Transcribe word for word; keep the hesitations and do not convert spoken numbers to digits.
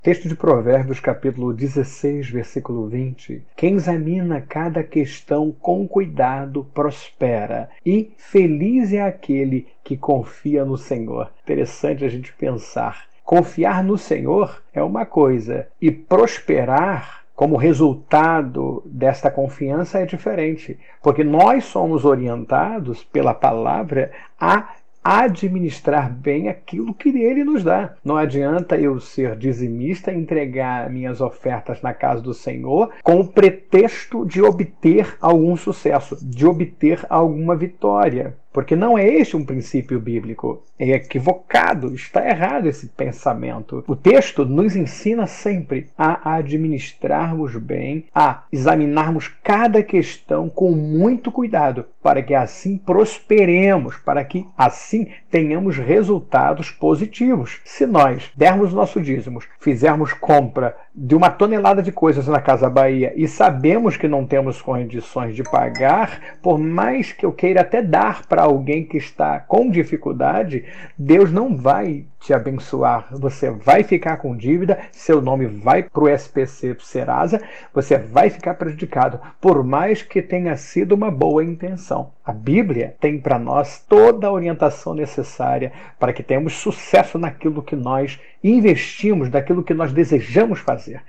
Texto de Provérbios, capítulo dezesseis, versículo vinte. Quem examina cada questão com cuidado prospera, e feliz é aquele que confia no Senhor. Interessante a gente pensar. Confiar no Senhor é uma coisa, e prosperar como resultado desta confiança é diferente, porque nós somos orientados pela palavra a administrar bem aquilo que ele nos dá. Não adianta eu ser dizimista e entregar minhas ofertas na casa do Senhor com o pretexto de obter algum sucesso, de obter alguma vitória. Porque não é este um princípio bíblico. É equivocado, está errado esse pensamento. O texto nos ensina sempre a administrarmos bem, a examinarmos cada questão com muito cuidado, para que assim prosperemos, para que assim tenhamos resultados positivos. Se nós dermos nosso dízimos, fizermos compra de uma tonelada de coisas na Casa Bahia e sabemos que não temos condições de pagar, por mais que eu queira até dar para alguém que está com dificuldade, Deus não vai te abençoar. Você vai ficar com dívida, seu nome vai para o S P C Serasa, você vai ficar prejudicado, por mais que tenha sido uma boa intenção. A Bíblia tem para nós toda a orientação necessária para que tenhamos sucesso naquilo que nós investimos, daquilo que nós desejamos fazer.